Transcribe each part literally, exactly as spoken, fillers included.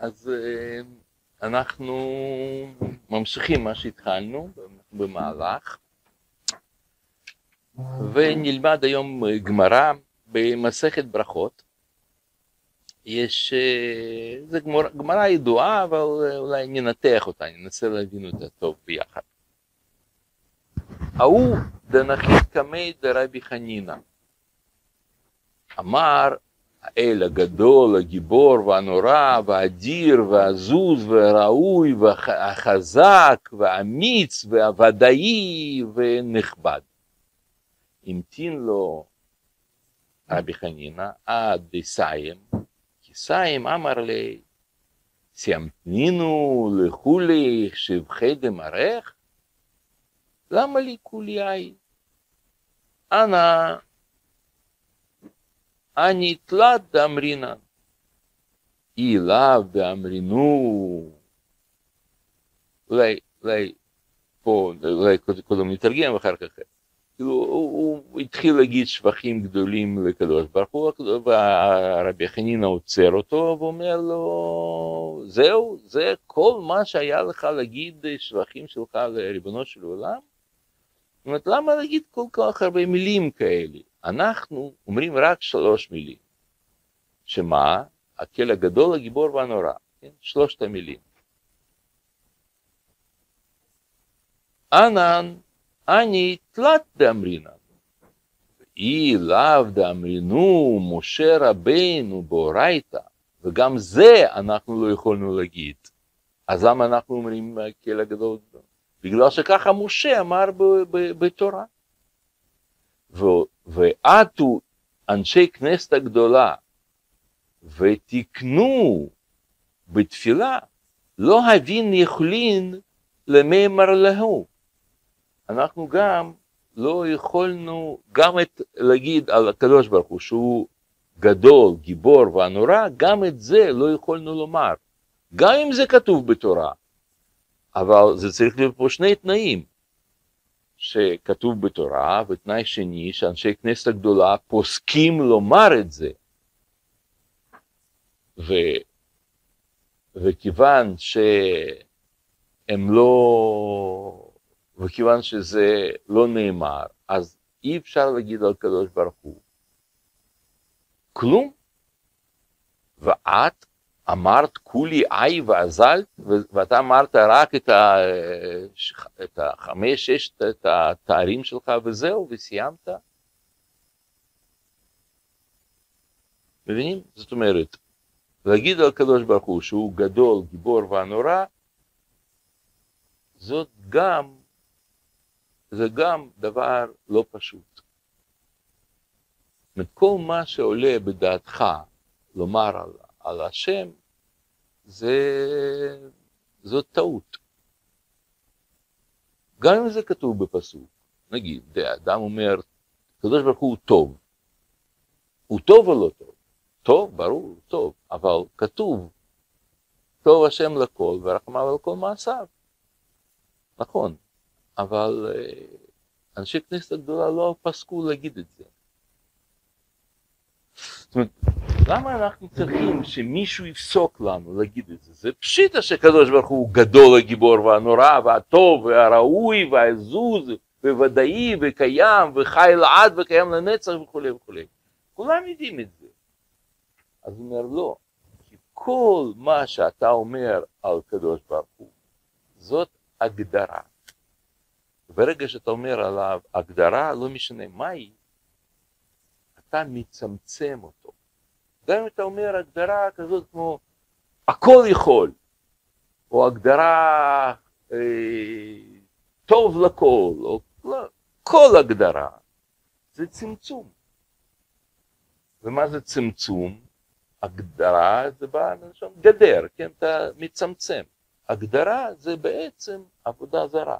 אז אנחנו ממשיכים מה שהתחלנו במהלך, ונלמד היום גמרא במסכת ברכות. יש, זה גמרא, גמרא ידועה, אבל אולי ננתח אותה, ננסה להבין אותה טוב ביחד. ההוא דנחית קמי דרבי חנינא, אמר האל הגדול, הגיבור והנורא והאדיר והעזוז והראוי והחזק והאמיץ והוודאי ונכבד. המתין לו רבי חנינא עד דסיים, כי סיים אמר לי, סיימתנינו לכולי שבחי דמרך? למה לי כולי? אנא אני תלת דאמרינן, אי לאו דאמרינו. אולי, אולי פה, אולי קודם נתרגם ואחר כך. כאילו, הוא, הוא התחיל להגיד שבחים גדולים לקדוש ברוך הוא, והרבי חנינא עוצר אותו ואומר לו, זהו, זה כל מה שהיה לך להגיד שבחים שלך לריבונו של עולם? זאת אומרת, למה להגיד כל כך הרבה מילים כאלה? אנחנו אומרים רק שלוש מילים. שמה? הקהל הגדול, הגיבור והנורא. כן? שלושת המילים. אנן, אני תלת דאמרינן. אי לאו דאמרינו משה רבינו באורייתא. וגם זה אנחנו לא יכולנו להגיד. אז למה אנחנו אומרים הקהל הגדול? בגלל שככה משה אמר בתורה. ועטו אנשי כנסת הגדולה ותקנו בתפילה, לא הבין יכולין למאמר להו. אנחנו גם לא יכולנו גם את להגיד על הקדוש ברוך הוא שהוא גדול, גיבור והנורא, גם את זה לא יכולנו לומר. גם אם זה כתוב בתורה, אבל זה צריך להיות פה שני תנאים. שכתוב בתורה, ותנאי שני שאנשי כנסת הגדולה פוסקים לומר את זה. ו... וכיוון שהם לא, וכיוון שזה לא נאמר, אז אי אפשר להגיד על קדוש ברוך הוא כלום. ואת אמרת כולי אי ואזלת, ואתה אמרת רק את, ה, את החמש, שש, את התארים שלך וזהו, וסיימת. מבינים? זאת אומרת, להגיד על קדוש ברוך הוא שהוא גדול, גיבור והנורא, זאת גם, זה גם דבר לא פשוט. כל מה שעולה בדעתך לומר על על השם, זה, זאת טעות. גם אם זה כתוב בפסוק, נגיד, האדם אומר, הקדוש ברוך הוא טוב. הוא טוב או לא טוב? טוב, ברור, טוב, אבל כתוב, טוב השם לכל ורחמיו על כל מעשיו. נכון, אבל אנשי כנסת הגדולה לא פסקו להגיד את זה. זאת אומרת, למה אנחנו צריכים שמישהו יפסוק לנו להגיד את זה? זה פשיטה שקדוש ברוך הוא גדול, הגיבור והנורא והטוב והראוי והעזוז וודאי וקיים וחי לעד וקיים לנצח וכו' וכו'. כולם יודעים את זה. אז הוא אומר לא, כי כל מה שאתה אומר על קדוש ברוך הוא, זאת הגדרה. ברגע שאתה אומר עליו הגדרה, לא משנה מהי, אתה מצמצם אותו. גם אם אתה אומר הגדרה כזאת כמו הכל יכול, או הגדרה אה, טוב לכל, או לא, כל הגדרה, זה צמצום. ומה זה צמצום? הגדרה זה בא לשון גדר, כן, אתה מצמצם. הגדרה זה בעצם עבודה זרה.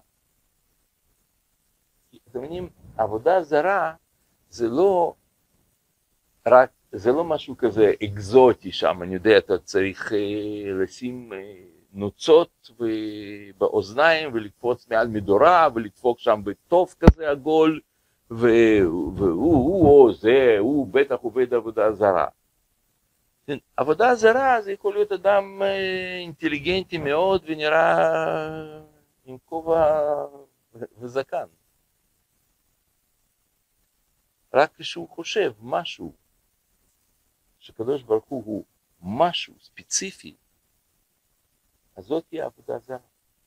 אתם מבינים, עבודה זרה זה לא רק, זה לא משהו כזה אקזוטי שם, אני יודע, אתה צריך אה, לשים אה, נוצות באוזניים ולקפוץ מעל מדורה ולדפוק שם בתוף כזה עגול, והוא, הוא, הוא, זה, הוא בטח עובד עבודה זרה. עבודה זרה זה יכול להיות אדם אינטליגנטי מאוד ונראה עם כובע וזקן. רק כשהוא חושב משהו, שקדוש ברוך הוא הוא משהו ספציפי, אז זאת תהיה עבודה זרה.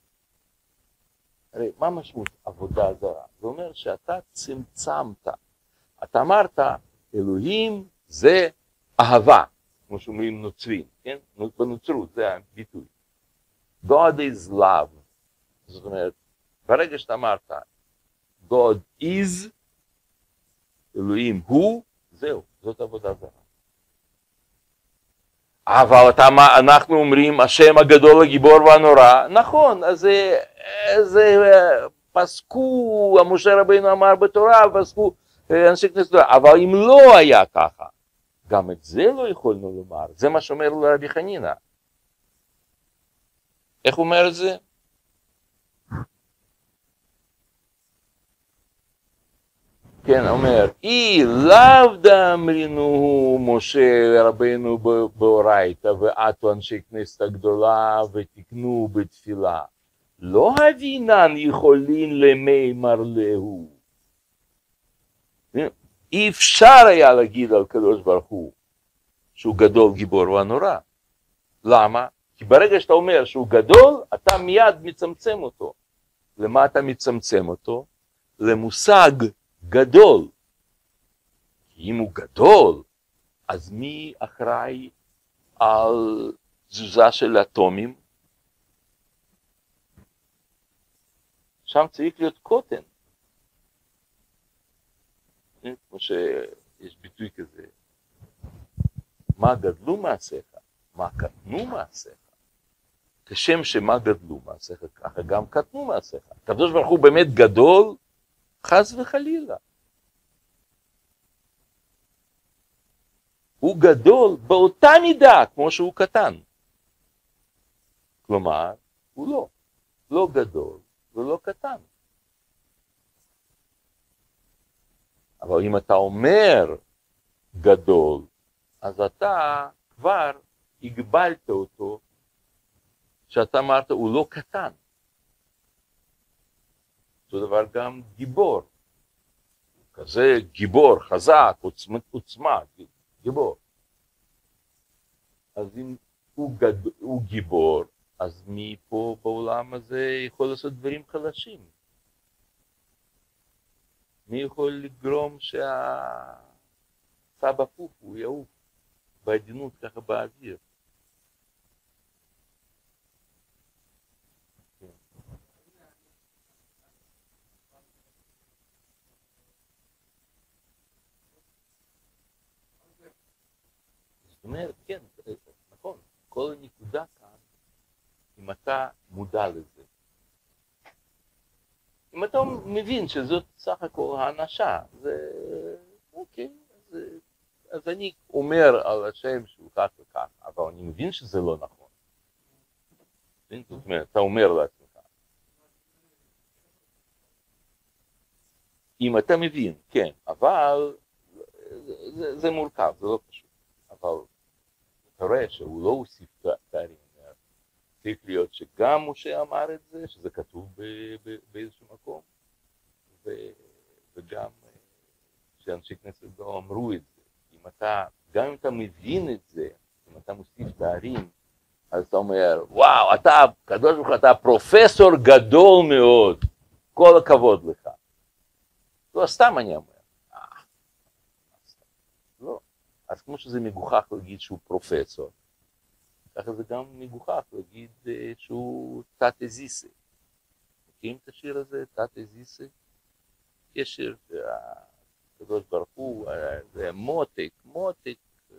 הרי מה משמעות עבודה זרה? זה אומר שאתה צמצמת. אתה אמרת, אלוהים זה אהבה, כמו שאומרים נוצרים, כן? בנוצרות, זה הביטוי. God is love. זאת אומרת, ברגע שאתה אמרת, God is, אלוהים הוא, זהו, זאת עבודה זרה. אבל אתה, אנחנו אומרים, השם הגדול, הגיבור והנורא, נכון, אז זה, זה פסקו, משה רבינו אמר בתורה, פסקו אנשי כנסת, אבל אם לא היה ככה, גם את זה לא יכולנו לומר, זה מה שאומר לרבי חנינא. איך אומר את זה? כן, אומר, אי לאו דאמרינו משה רבינו באורייתא ועטו אנשי כנסת הגדולה ותקנו בתפילה. לא הבינן יכולין למימר להו. אי אפשר היה להגיד על קדוש ברוך הוא שהוא גדול, גיבור ונורא. למה? כי ברגע שאתה אומר שהוא גדול, אתה מיד מצמצם אותו. למה אתה מצמצם אותו? למושג גדול. כי אם הוא גדול, אז מי אחראי על תזוזה של אטומים? שם צריך להיות קוטן. כמו שיש ביטוי כזה, מה גדלו מעשיך, מה קטנו מעשיך. כשם שמה גדלו מעשיך, ככה גם קטנו מעשיך. הקדוש ברוך הוא באמת גדול, חס וחלילה. הוא גדול באותה מידה כמו שהוא קטן. כלומר, הוא לא, לא גדול ולא קטן. אבל אם אתה אומר גדול, אז אתה כבר הגבלת אותו, שאתה אמרת הוא לא קטן. אותו דבר גם גיבור. כזה גיבור, חזק, עוצמה, עוצמה, גיבור. אז אם הוא, גד... הוא גיבור, אז מי פה בעולם הזה יכול לעשות דברים חלשים? מי יכול לגרום שהסבא פוף הוא יעוף בעדינות ככה באוויר? זאת אומרת, כן, נכון, כל הנקודה כאן, אם אתה מודע לזה, אם אתה מבין שזאת סך הכל האנשה, זה אוקיי, אז, אז אני אומר על השם שהוא כך וכך, אבל אני מבין שזה לא נכון. זאת אומרת, אתה אומר לעצמך. אם אתה מבין, כן, אבל זה, זה מורכב, זה לא פשוט. אבל אתה רואה שהוא לא הוסיף תארים. צריך להיות שגם משה אמר את זה, שזה כתוב באיזשהו מקום, וגם שאנשי כנסת לא אמרו את זה. אם אתה, גם אם אתה מבין את זה, אם אתה מוסיף תארים, אז אתה אומר, וואו, אתה, קדוש ברוך הוא, אתה פרופסור גדול מאוד, כל הכבוד לך. לא, סתם אני אומר. לא. אז כמו שזה מגוחך להגיד שהוא פרופסור, ככה זה גם מגוחך להגיד שהוא תת-אזיסה. מכירים את השיר הזה, תת-אזיסה? יש שיר שהקדוש ברוך הוא, זה מותק, מותק,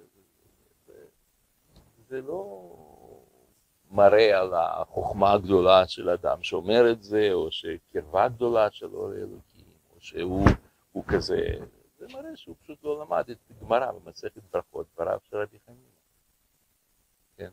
זה לא מראה על החוכמה הגדולה של אדם שאומר את זה, או שקרבה גדולה שלו לאלוקים, או שהוא כזה, זה מראה שהוא פשוט לא למד את גמרא במסכת ברכות, דבריו של רבי חנינא. כן.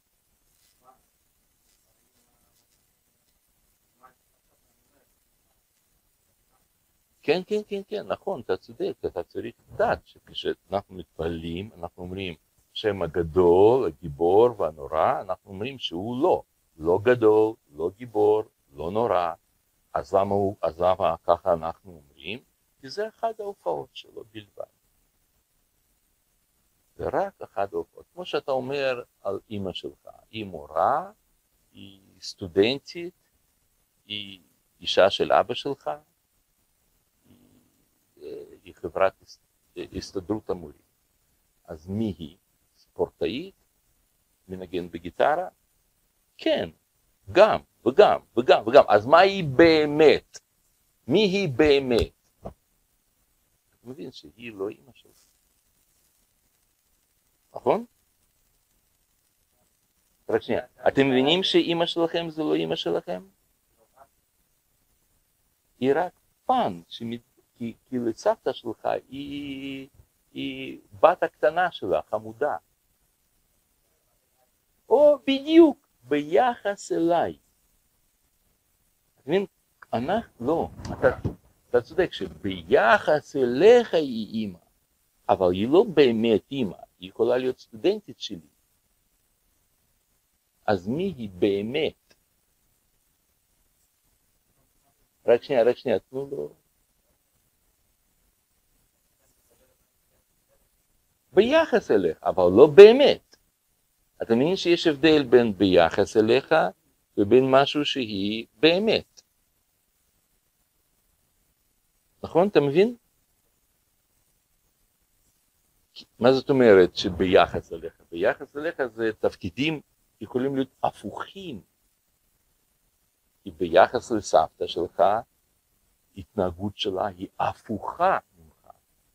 כן, כן, כן, כן, נכון, אתה צודק, אתה צריך לדעת שכשאנחנו מתפללים, אנחנו אומרים השם הגדול, הגיבור והנורא, אנחנו אומרים שהוא לא, לא גדול, לא גיבור, לא נורא. אז למה, הוא, אז למה ככה אנחנו אומרים? כי זה אחד ההופעות שלו בלבד. זה רק אחד ההופעות. כמו שאתה אומר על אמא שלך, היא מורה, היא סטודנטית, היא אישה של אבא שלך, היא, היא חברת הסתדרות המורים. אז מי היא? ספורטאית? מנגן בגיטרה? כן, גם וגם וגם וגם. אז מה היא באמת? מי היא באמת? אתה מבין שהיא לא אמא שלך. נכון? רק שנייה, אתם מבינים שאמא שלכם זה לא אמא שלכם? היא רק פן, שמת... כי, כי לסבתא שלך היא, היא בת הקטנה שלה, חמודה. או בדיוק, ביחס אליי. אתה מבין? אנחנו, לא, אתה, אתה צודק שביחס אליך היא אמא, אבל היא לא באמת אמא, היא יכולה להיות סטודנטית שלי. אז מי היא באמת? רק שנייה, רק שנייה, תנו לו. ביחס אליך, אבל לא באמת. אתה מבין שיש הבדל בין ביחס אליך ובין משהו שהיא באמת. נכון? אתה מבין? מה זאת אומרת שביחס אליך? ביחס אליך זה תפקידים יכולים להיות הפוכים. כי ביחס לסבתא שלך, התנהגות שלה היא הפוכה ממך.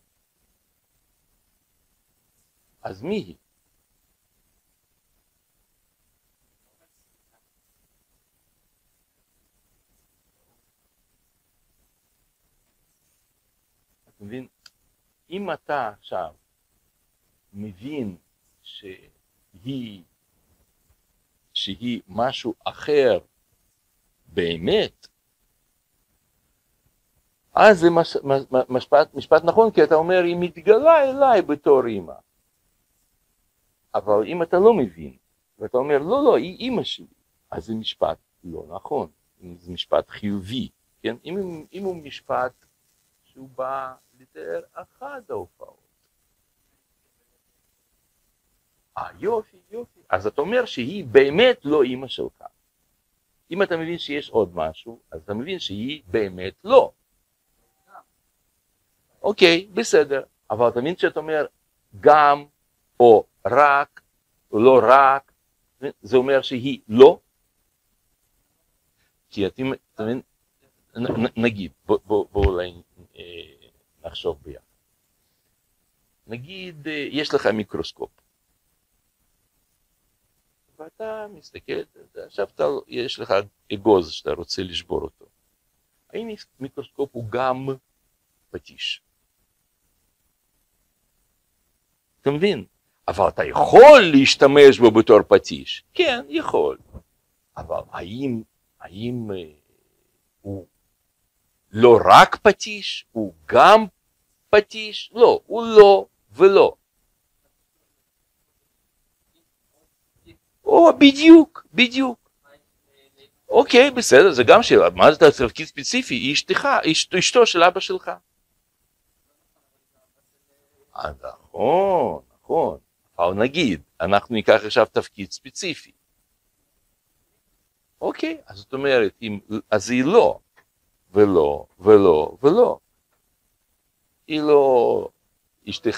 אז מי היא? אתה מבין? אם אתה עכשיו מבין שהיא, שהיא משהו אחר באמת, אז זה מש, משפט, משפט נכון, כי אתה אומר, היא מתגלה אליי בתור אמא. אבל אם אתה לא מבין, ואתה אומר, לא, לא, היא אמא שלי, אז זה משפט לא נכון, זה משפט חיובי, כן? אם, אם הוא משפט שהוא בא לתאר אחד ההופעות. אה, יופי, יופי. אז אתה אומר שהיא באמת לא אמא שלך. אם אתה מבין שיש עוד משהו, אז אתה מבין שהיא באמת לא. אוקיי, בסדר. אבל אתה מבין שאתה אומר גם או רק, או לא רק, זה אומר שהיא לא? כי אתה מבין, נגיד, בוא, בוא, בוא אולי נחשוב ביחד. נגיד, יש לך מיקרוסקופ. ואתה מסתכל, עכשיו אתה, יש לך אגוז שאתה רוצה לשבור אותו. האם מיקרוסקופ הוא גם פטיש? אתה מבין? אבל אתה יכול להשתמש בו בתור פטיש. כן, יכול. אבל האם, האם הוא לא רק פטיש? הוא גם פטיש? לא, הוא לא ולא. או, בדיוק, בדיוק. אוקיי, בסדר, זה גם שאלה. מה זה תפקיד ספציפי? היא אשתך, אשתו של אבא שלך. נכון, נכון. אבל נגיד, אנחנו ניקח עכשיו תפקיד ספציפי. אוקיי, אז זאת אומרת, אז היא לא, ולא, ולא, ולא. היא לא אשתך.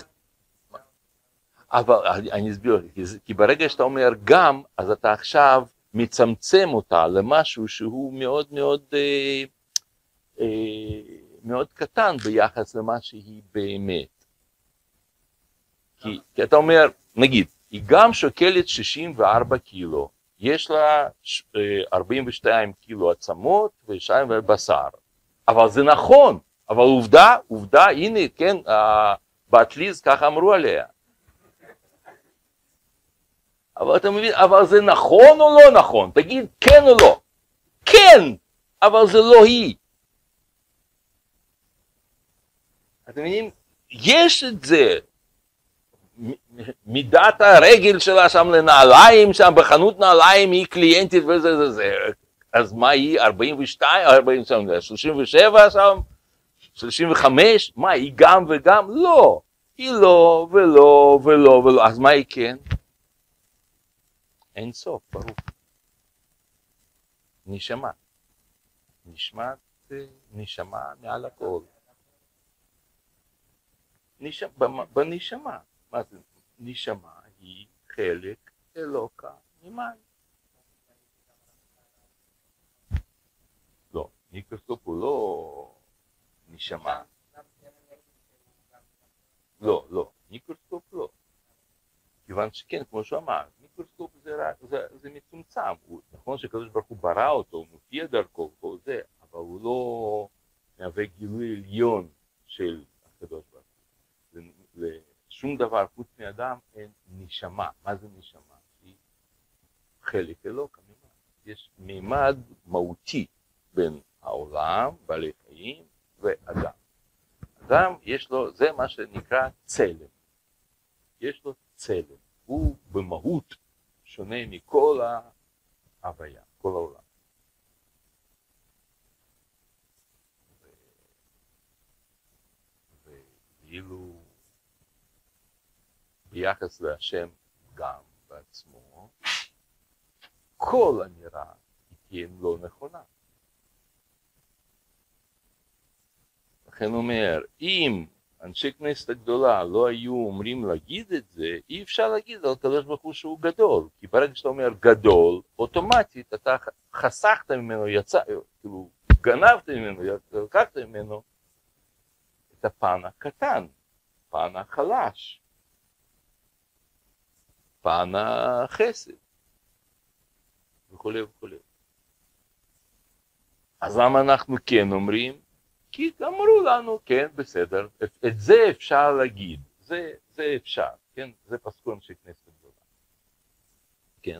אבל אני אסביר, כי ברגע שאתה אומר גם, אז אתה עכשיו מצמצם אותה למשהו שהוא מאוד מאוד, אה, אה, מאוד קטן ביחס למה שהיא באמת. כי, כי אתה אומר, נגיד, היא גם שוקלת שישים וארבע קילו, יש לה ארבעים ושתיים קילו עצמות ושתיים בשר. אבל זה נכון, אבל עובדה, עובדה, הנה, כן, באטליז ככה אמרו עליה. אבל אתה מבין, אבל זה נכון או לא נכון? תגיד כן או לא. כן, אבל זה לא היא. אתם מבינים, יש את זה. מידת הרגל שלה שם לנעליים, שם בחנות נעליים היא קליינטית וזה זה זה. אז מה היא? ארבעים ושתיים, ארבעים ושתיים, שלושים ושבע שם, שלושים וחמש, מה היא גם וגם? לא. היא לא ולא ולא ולא. אז מה היא כן? אין סוף, ברור. נשמה. נשמת, נשמה מעל הכל. נשמה, בנשמה. מה זה? נשמה היא חלק אלוקה ממעל. לא, מיקרוסקופ הוא לא נשמה. לא, לא, מיקרוסקופ לא. כיוון שכן, כמו שהוא אמר, מיקרוסקופ זה, זה, זה מצומצם. הוא, נכון שקדוש ברוך הוא ברא אותו, הוא מופיע דרכו, כל זה, אבל הוא לא מהווה גילוי עליון של הקדוש ברוך הוא. לשום דבר חוץ מאדם אין נשמה. מה זה נשמה? היא חלק אלוקה ממד. יש מימד מהותי בין העולם, בעלי חיים ואדם. אדם יש לו, זה מה שנקרא צלם. יש לו צלם. הוא במהות שונה מכל ההוויה, כל העולם. ואילו ביחס להשם גם בעצמו, כל אמירה היא לא נכונה. לכן אומר, אם אנשי כנסת הגדולה לא היו אומרים להגיד את זה, אי אפשר להגיד על קדוש ברוך הוא שהוא גדול. כי ברגע שאתה אומר גדול, אוטומטית אתה חסכת ממנו, יצא, כאילו גנבת ממנו, לקחת ממנו את הפן הקטן, פן החלש, פן החסד, וכו' וכו'. אז למה אנחנו כן אומרים? כי אמרו לנו, כן, בסדר, את זה אפשר להגיד, זה, זה אפשר, כן, זה פסקו אנשי כנסת הגדולה. כן.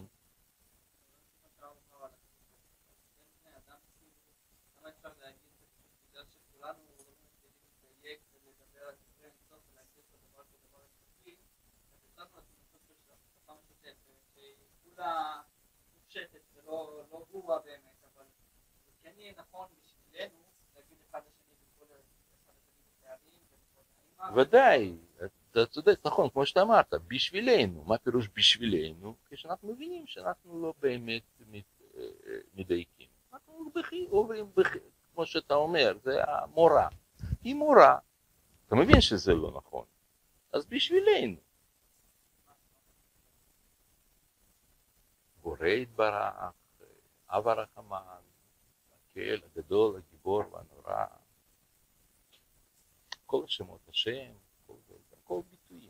ודאי, אתה צודק, נכון, כמו שאתה אמרת, בשבילנו. מה פירוש בשבילנו? כשאנחנו מבינים שאנחנו לא באמת מדייקים. אנחנו עוברים, כמו שאתה אומר, זה המורה. היא מורה. אתה מבין שזה לא נכון. אז בשבילנו. בורא יתברך, אב הרחמן, הקהל הגדול, הגיבור והנורא. כל שמות השם, כל, כל ביטויים.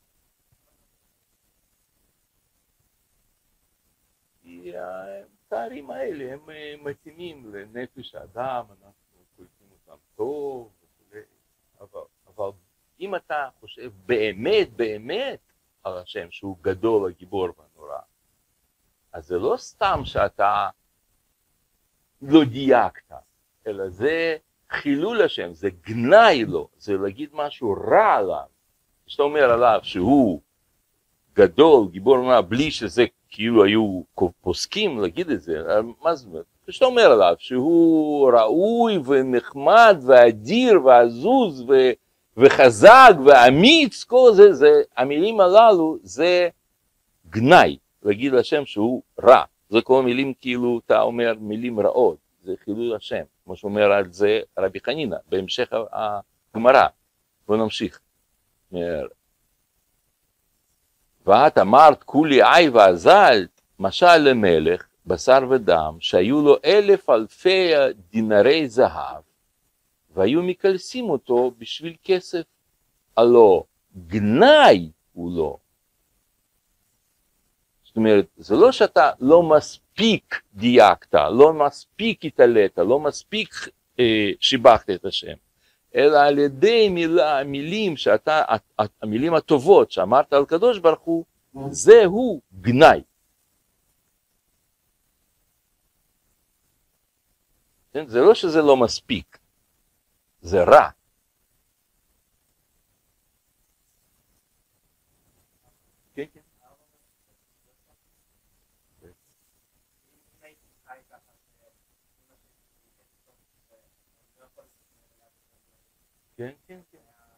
כי התארים האלה הם מתאימים לנפש האדם, אנחנו קולטים אותם טוב וכו'. אבל, אבל אם אתה חושב באמת, באמת על השם שהוא גדול, הגיבור והנורא, אז זה לא סתם שאתה לא דייקת, אלא זה חילול השם, זה גנאי לו, זה להגיד משהו רע עליו. כשאתה אומר עליו שהוא גדול, גיבור נורא, בלי שזה כאילו היו פוסקים להגיד את זה, מה זאת אומרת? כשאתה אומר עליו שהוא ראוי ונחמד ואדיר ועזוז ו... וחזק ואמיץ, כל זה, זה, המילים הללו זה גנאי, להגיד לשם שהוא רע. זה כל מילים כאילו, אתה אומר מילים רעות, זה חילול השם. כמו שאומר על זה רבי חנינא, בהמשך הגמרא. בואו נמשיך. ואת אמרת כולי עי ועזלת, משל למלך, בשר ודם, שהיו לו אלף אלפי דינרי זהב, והיו מקלסים אותו בשביל כסף. הלא גנאי הוא לא. זאת אומרת, זה לא שאתה לא מספיק דייקת, לא מספיק התעלית, לא מספיק אה, שיבחת את השם, אלא על ידי מילה, המילים, שאתה, המילים הטובות שאמרת על קדוש ברוך הוא, זהו גנאי. זה לא שזה לא מספיק, זה רע. כן, כן. כן, כן, כן.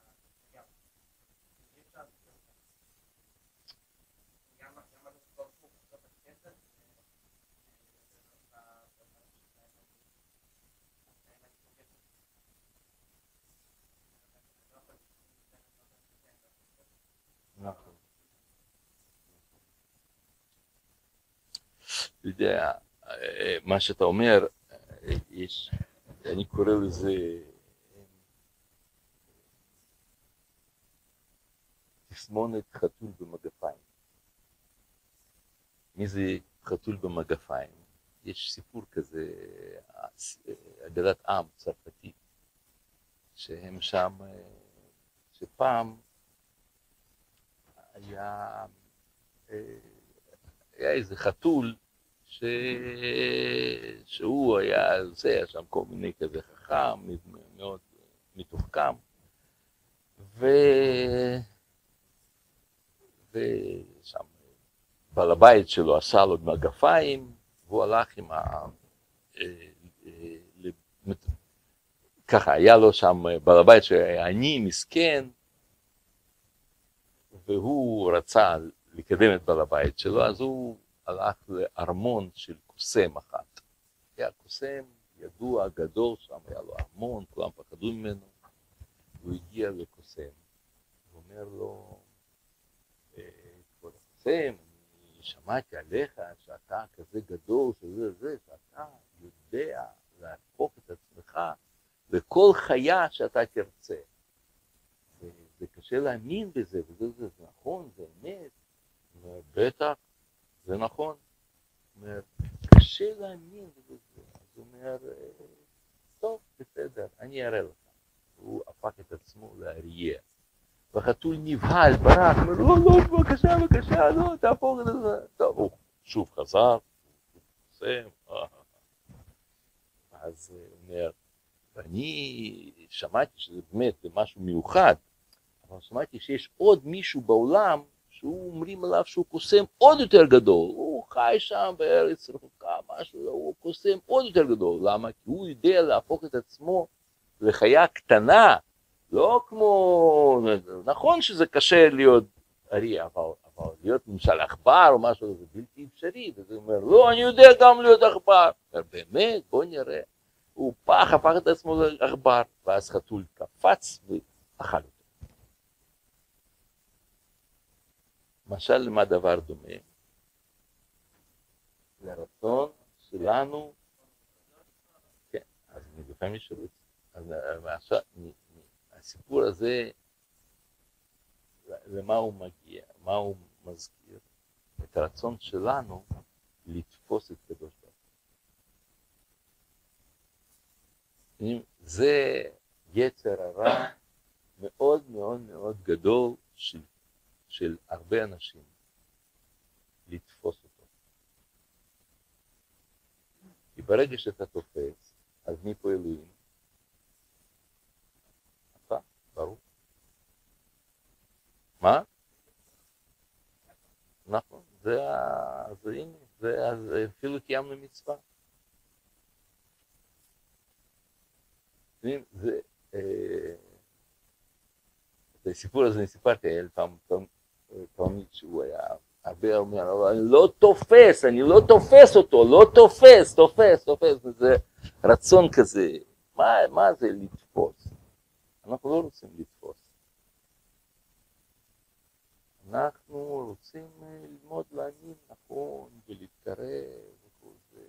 נכון. אתה יודע, מה שאתה אומר, יש, אני קורא לזה תסמונת חתול במגפיים. מי זה חתול במגפיים? יש סיפור כזה, אגדת עם צרפתית, שהם שם, שפעם היה, היה איזה חתול, ש... שהוא היה, זה היה שם כל מיני כזה חכם, מאוד מתוחכם, ו... ושם בעל הבית שלו עשה לו מגפיים, והוא הלך עם ה... ככה, היה לו שם בעל הבית שהיה עני, מסכן, והוא רצה לקדם את בעל הבית שלו, אז הוא הלך לארמון של קוסם אחת. היה קוסם ידוע, גדול שם, היה לו ארמון, כולם פחדו ממנו. הוא הגיע לקוסם, הוא אומר לו, כבוד הקוסם, אני שמעתי עליך שאתה כזה גדול, שזה זה, שאתה יודע להפוך את עצמך לכל חיה שאתה תרצה. זה קשה להאמין בזה, וזה זה, זה נכון, זה אמת, ובטח, זה נכון. אומר, קשה להאמין בזה. אז הוא אומר, טוב, בסדר, אני אראה לך. הוא הפך את עצמו לאריה. והחתול נבהל, ברח, אומר, לא, לא, בבקשה, בבקשה, לא, תהפוך את זה. טוב, הוא שוב חזר, הוא קוסם. אז הוא אומר, ואני שמעתי שזה באמת משהו מיוחד, אבל שמעתי שיש עוד מישהו בעולם שהוא אומרים עליו שהוא קוסם עוד יותר גדול. הוא חי שם בארץ רחוקה, משהו, הוא קוסם עוד יותר גדול. למה? כי הוא יודע להפוך את עצמו לחיה קטנה, לא כמו... נכון שזה קשה להיות אריה, אבל, אבל להיות למשל עכבר או משהו, זה בלתי אפשרי. וזה אומר, לא, אני יודע גם להיות עכבר. באמת, בוא נראה. הוא פח, הפך את עצמו לעכבר, ואז חתול קפץ ואכל אותו. משל למה דבר דומה? לרצון שלנו, כן, אז לפעמים יש שרוץ. אז עכשיו, הסיפור הזה, למה הוא מגיע, מה הוא מזכיר? את הרצון שלנו לתפוס את קדוש ברוך הוא. זה יצר הרע מאוד מאוד מאוד גדול של של הרבה אנשים, לתפוס אותו. כי ברגע שאתה תופס, אז מי פה אלוהים? אתה, ברור. מה? נכון, זה, זה, הנה, זה, זה אפילו קיימנו מצווה. זה, את הסיפור הזה אני סיפרתי, היה פעם, פעם, תמיד שהוא היה הרבה אומר, אבל אני לא תופס, אני לא תופס אותו, לא תופס, תופס, תופס, זה רצון כזה. מה, מה זה לתפוס? אנחנו לא רוצים לתפוס. אנחנו רוצים ללמוד להאמין נכון ולהתקרב וכל זה.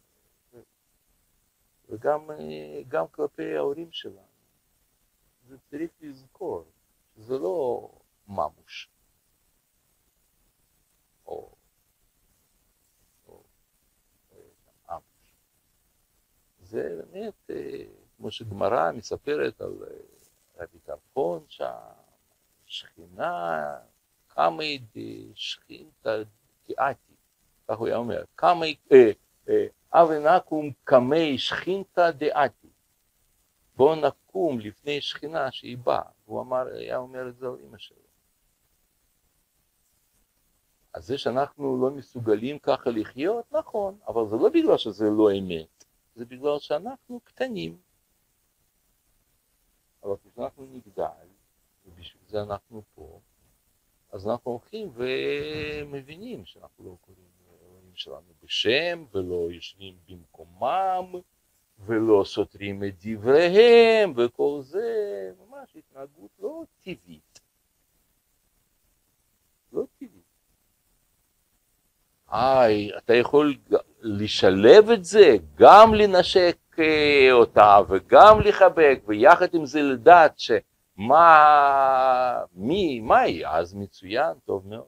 וגם גם כלפי ההורים שלנו. זה צריך לזכור, זה לא ממוש. או, או, אמוש. זה באמת, כמו שגמרא מספרת על רבי טרפון שם, שכינה, כמה דשכינתא דעתי, כך הוא היה אומר, כמה, אבי נקום כמי שכינתא דעתי, בוא נקום לפני שכינה שהיא באה, הוא אמר, היה אומר את זה על אמא שלו. אז זה שאנחנו לא מסוגלים ככה לחיות, נכון, אבל זה לא בגלל שזה לא אמת, זה בגלל שאנחנו קטנים. אבל כשאנחנו נגדל, ובשביל זה אנחנו פה, אז אנחנו הולכים ומבינים שאנחנו לא קוראים אלוהים שלנו בשם, ולא יושבים במקומם, ולא סותרים את דבריהם, וכל זה ממש התנהגות לא טבעית. לא טבעית. איי, אתה יכול לשלב את זה, גם לנשק אותה, וגם לחבק, ויחד עם זה לדעת שמה, מי, מה היא, אז מצוין, טוב מאוד.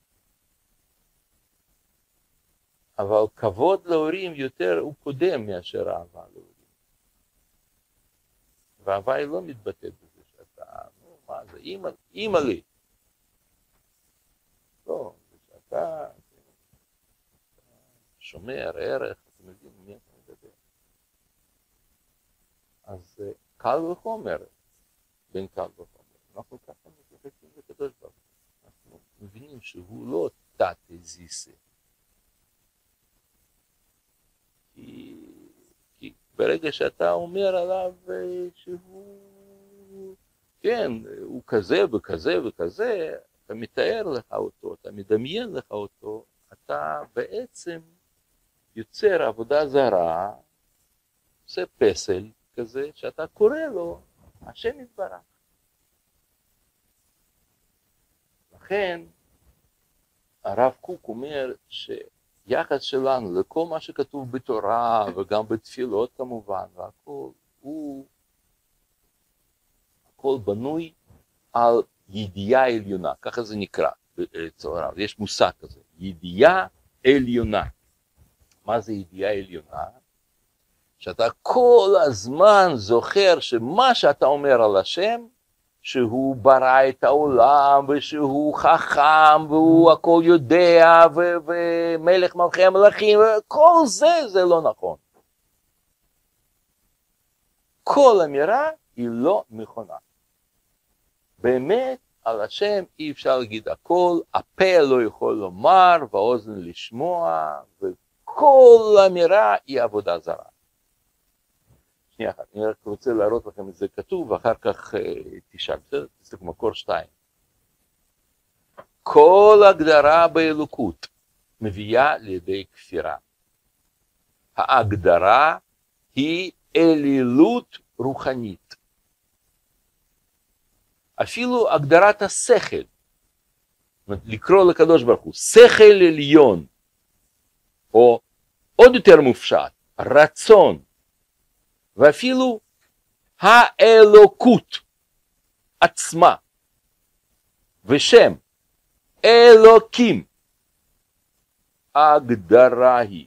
אבל כבוד להורים יותר הוא קודם מאשר אהבה להורים. ואהבה היא לא מתבטאת בזה שאתה, נו, מה זה, אימא, אימא לי. לא, זה שאתה שומר, ערך, אתה מבין מי אתה מדבר. אז קל וחומר, בין קל וחומר. אנחנו ככה מתייחסים לקדוש ברוך הוא. אנחנו מבינים שהוא לא תת זיסה. כי, כי ברגע שאתה אומר עליו שהוא, כן, הוא כזה וכזה וכזה, אתה מתאר לך אותו, אתה מדמיין לך אותו, אתה בעצם יוצר עבודה זרה, עושה פסל כזה, שאתה קורא לו, השם יתברך. לכן, הרב קוק אומר שיחס שלנו לכל מה שכתוב בתורה, וגם בתפילות כמובן, והכל, הוא, הכל בנוי על ידיעה עליונה, ככה זה נקרא אצל הרב, יש מושג כזה, ידיעה עליונה. מה זה ידיעה עליונה? שאתה כל הזמן זוכר שמה שאתה אומר על השם, שהוא ברא את העולם, ושהוא חכם, והוא הכל יודע, ו- ומלך מלכי המלכים, כל זה זה לא נכון. כל אמירה היא לא נכונה. באמת על השם אי אפשר להגיד הכל, הפה לא יכול לומר, והאוזן לשמוע, וכל אמירה היא עבודה זרה. שנייה אחת, אני רק רוצה להראות לכם את זה כתוב, ואחר כך אה, תשאל, בסדר? תסתכל מקור שתיים. כל הגדרה באלוקות מביאה לידי כפירה. ההגדרה היא אלילות רוחנית. אפילו הגדרת השכל, לקרוא לקדוש ברוך הוא, שכל עליון, או עוד יותר מופשט, רצון, ואפילו האלוקות עצמה, ושם, אלוקים, ההגדרה היא.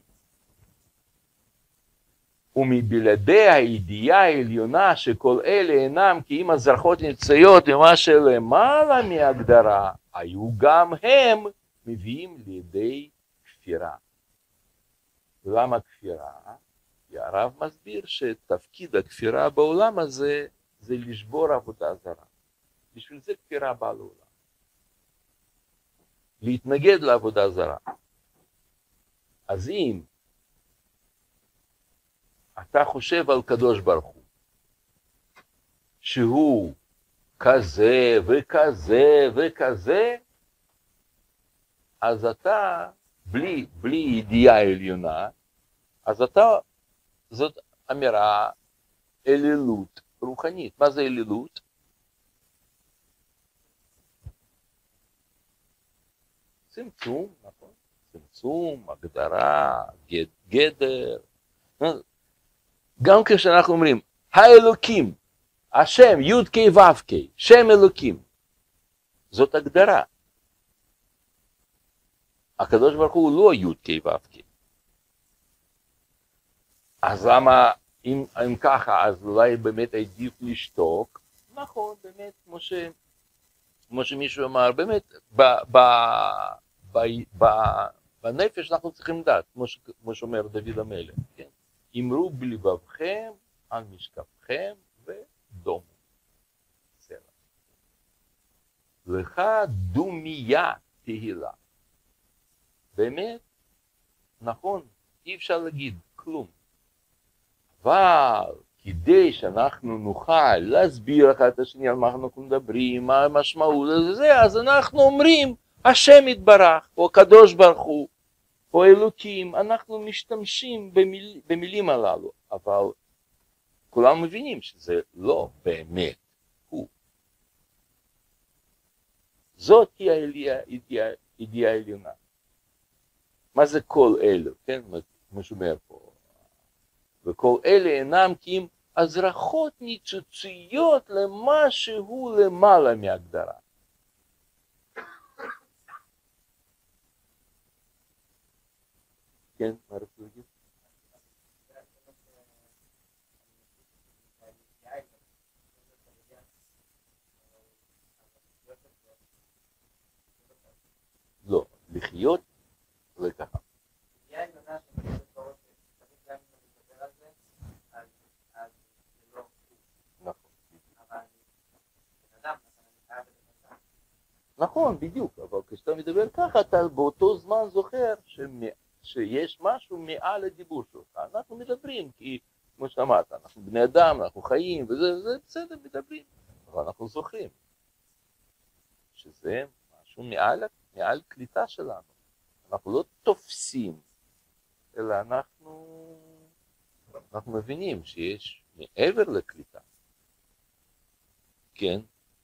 ומבלעדי הידיעה העליונה שכל אלה אינם כי אם הזרחות נמצאות ומה שלמעלה מהגדרה, היו גם הם מביאים לידי כפירה. למה כפירה? כי הרב מסביר שתפקיד הכפירה בעולם הזה זה לשבור עבודה זרה. בשביל זה כפירה באה לעולם. להתנגד לעבודה זרה. אז אם אתה חושב על קדוש ברוך הוא, שהוא כזה וכזה וכזה, אז אתה, בלי, בלי ידיעה עליונה, אז אתה, זאת אמירה אלילות רוחנית. מה זה אלילות? צמצום, נכון? צמצום, הגדרה, גד, גדר. גם כשאנחנו אומרים, האלוקים, השם, י' ק' ו' ק', שם אלוקים, זאת הגדרה. הקדוש ברוך הוא לא י' ק' ו' ק'. אז למה, אם, אם ככה, אז אולי באמת עדיף לשתוק? נכון, באמת, כמו, ש, כמו שמישהו אמר, באמת, ב, ב, ב, ב, בנפש אנחנו צריכים לדעת, כמו, ש, כמו שאומר דוד המלך, כן? אמרו בלבבכם על משכבכם ודומו. לך דומיה תהילה. באמת, נכון, אי אפשר להגיד כלום. אבל כדי שאנחנו נוכל להסביר אחד את השני על מה אנחנו מדברים, מה המשמעות לזה, אז אנחנו אומרים השם יתברך, או הקדוש ברוך הוא, או אלוקים, אנחנו משתמשים במיל, במילים הללו, אבל כולם מבינים שזה לא באמת הוא. זאת היא הידיעה העליונה. מה זה כל אלו, כן? מה שאומר פה. וכל אלה אינם כי אם הזרחות ניצוציות למה שהוא למעלה מהגדרה. כן, מה רצו להגיד? לא, לחיות זה ככה. נכון, בדיוק, אבל כשאתה מדבר ככה, אתה באותו זמן זוכר שיש משהו מעל הדיבור שלך. אנחנו מדברים, כי כמו שאמרת, אנחנו בני אדם, אנחנו חיים, וזה בסדר, מדברים, אבל אנחנו זוכרים שזה משהו מעל, מעל קליטה שלנו. אנחנו לא תופסים, אלא אנחנו, אנחנו מבינים שיש מעבר לקליטה. כן?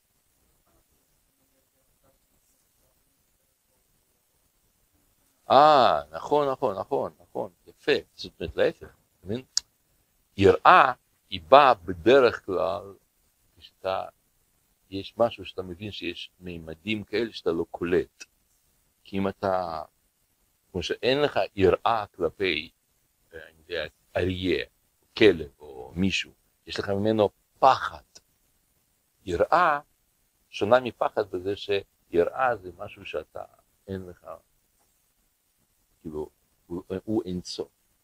אה, נכון, נכון, נכון, נכון, יפה, זאת אומרת להפך, מבין? יראה היא באה בדרך כלל, כשאתה, יש משהו שאתה מבין שיש מימדים כאלה שאתה לא קולט, כי אם אתה, כמו שאין לך יראה כלפי, אני יודע, אריה, כלב או מישהו, יש לך ממנו פחד. יראה שונה מפחד בזה שיראה זה משהו שאתה, אין לך, כאילו, הוא, הוא אינסוף.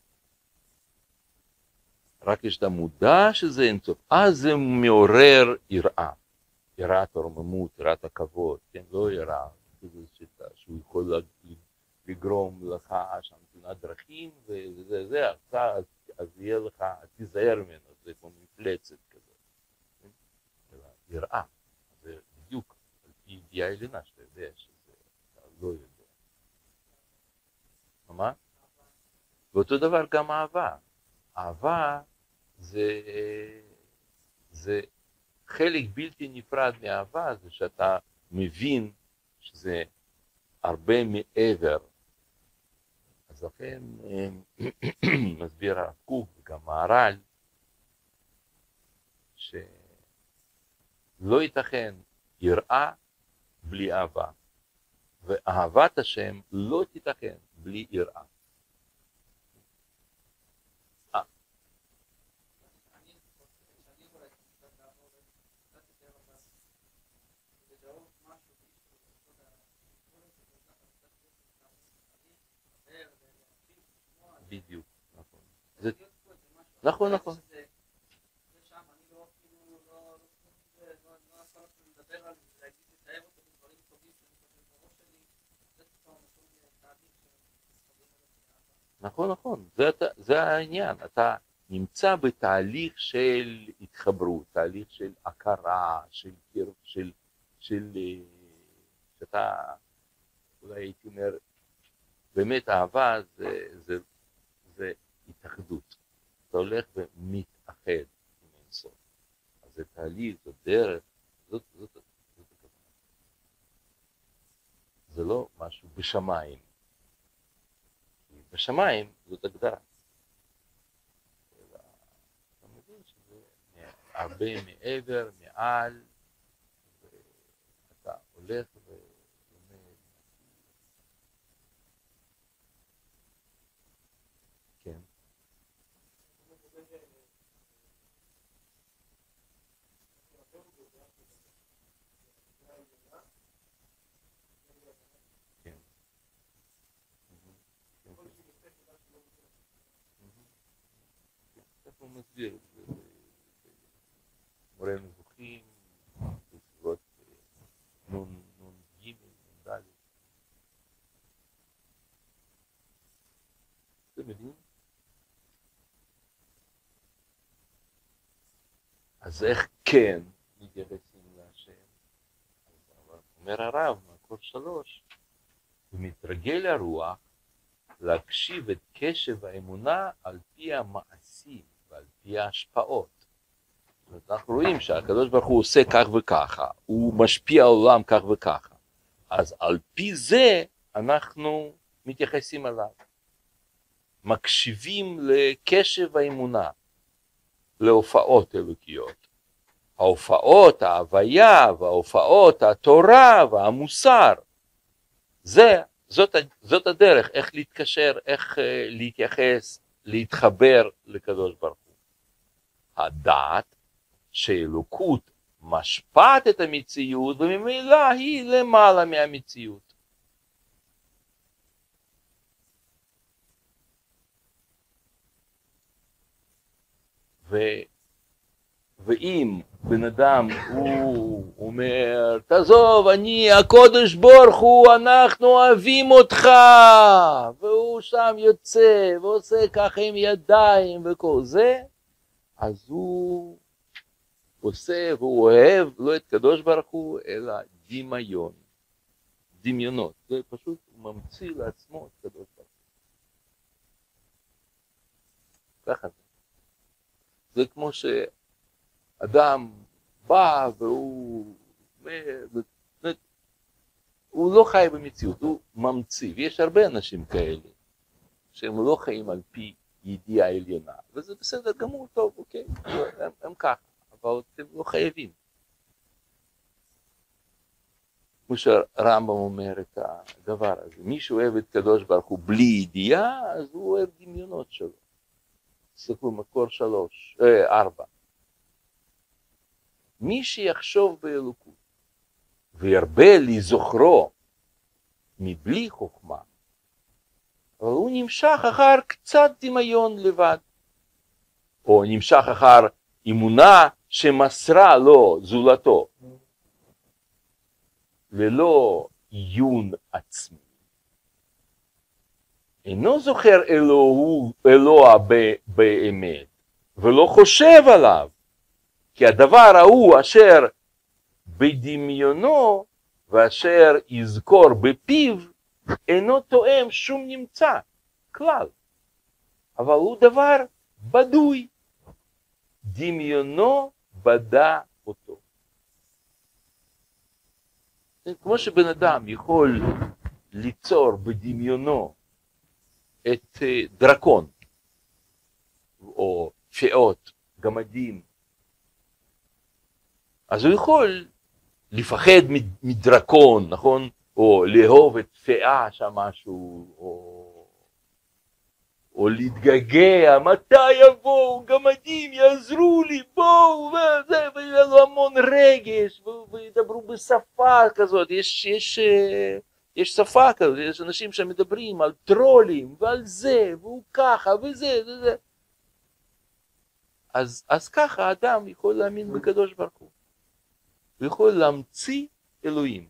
רק כשאתה מודע שזה אינסוף, אז זה מעורר יראה. יראת הרוממות, יראת הכבוד, כן? לא יראה, שהוא יכול לגרום לך שם תאונת דרכים, וזה, זה, אז, אז יהיה לך, תיזהר ממנו, זה כמו מפלצת כזאת. יראה, זה בדיוק, על פי ידיעה עליונה, שאתה יודע שזה, אתה לא יודע. מה? ואותו דבר גם אהבה. אהבה זה, זה חלק בלתי נפרד מאהבה, זה שאתה מבין שזה הרבה מעבר. אז לכן מסביר הרב קוק וגם מהר"ל, שלא ייתכן יראה בלי אהבה, ואהבת השם לא תיתכן בלי יראה. בדיוק, נכון. נכון, נכון. נכון, נכון, זה, זה העניין, אתה נמצא בתהליך של התחברות, תהליך של הכרה, של, של, של, שאתה, אולי הייתי אומר, באמת אהבה זה, זה, זה התאחדות, אתה הולך ומתאחד עם אינסוף, אז זה תהליך, זה דרך, זאת, זאת, זאת, זאת הכוונה. זה לא משהו בשמיים, בשמיים זאת הגדרה. אתה מבין שזה הרבה מעבר, מעל, ואתה הולך ולומד. כן. הוא מסביר, מורה נבוכים, בסביבות נון ג' נון ד'. אז איך כן מתייחסים להשם? אומר הרב, מקור שלוש, ומתרגל הרוח להקשיב את קשב האמונה על פי המעשים ועל פי ההשפעות. אנחנו רואים שהקדוש ברוך הוא עושה כך וככה, הוא משפיע על העולם כך וככה. אז על פי זה אנחנו מתייחסים אליו. מקשיבים לקשב האמונה, להופעות אלוקיות. ההופעות, ההוויה וההופעות, התורה והמוסר. זה, זאת, זאת הדרך, איך להתקשר, איך להתייחס, להתחבר לקדוש ברוך הוא. הדעת שאלוקות משפעת את המציאות, וממילא היא למעלה מהמציאות. ו... ואם בן אדם הוא אומר, תעזוב, אני הקודש ברוך הוא, אנחנו אוהבים אותך, והוא שם יוצא ועושה ככה עם ידיים וכל זה, אז הוא עושה והוא אוהב לא את קדוש ברוך הוא, אלא דמיון, דמיונות. זה פשוט הוא ממציא לעצמו את קדוש ברוך הוא. ככה זה. זה כמו שאדם בא והוא הוא לא חי במציאות, הוא ממציא. ויש הרבה אנשים כאלה שהם לא חיים על פי ידיעה עליונה, וזה בסדר גמור, טוב, אוקיי, הם, הם ככה, אבל אתם לא חייבים. כמו שהרמב"ם אומר את הדבר הזה, מי שאוהב את קדוש ברוך הוא בלי ידיעה, אז הוא אוהב דמיונות שלו. סתכלו מקור שלוש, אה, ארבע. מי שיחשוב באלוקות וירבה לזוכרו מבלי חוכמה, אבל הוא נמשך אחר קצת דמיון לבד, או נמשך אחר אמונה שמסרה לו זולתו, ללא עיון עצמי. אינו זוכר אלוהו, אלוה באמת, ולא חושב עליו, כי הדבר ההוא אשר בדמיונו ואשר יזכור בפיו, אינו תואם שום נמצא, כלל. אבל הוא דבר בדוי. דמיונו בדע אותו. כמו שבן אדם יכול ליצור בדמיונו את דרקון, או פאות, גמדים, אז הוא יכול לפחד מדרקון, נכון? או לאהוב את פאה שם משהו, או, או להתגעגע, מתי יבואו גמדים, יעזרו לי, בואו, וזה, ויהיה לו המון רגש, וידברו בשפה כזאת, יש, יש, יש שפה כזאת, יש אנשים שמדברים על טרולים, ועל זה, והוא ככה, וזה, וזה. אז, אז ככה האדם יכול להאמין בקדוש ברוך הוא. הוא יכול להמציא אלוהים.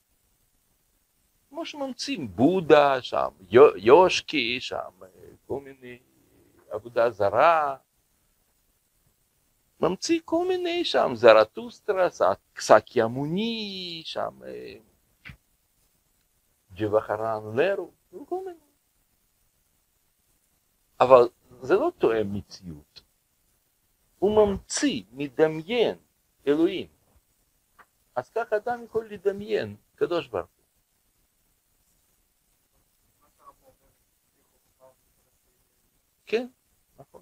כמו שממציאים בודה שם, יושקי שם, כל מיני עבודה זרה. ממציא כל מיני שם, זרטוסטרה, סקימוני, שם, ג'ווחרן לרו, כל מיני. אבל זה לא תואם מציאות. הוא ממציא, מדמיין אלוהים. אז כך אדם יכול לדמיין קדוש ברוך הוא. כן, נכון.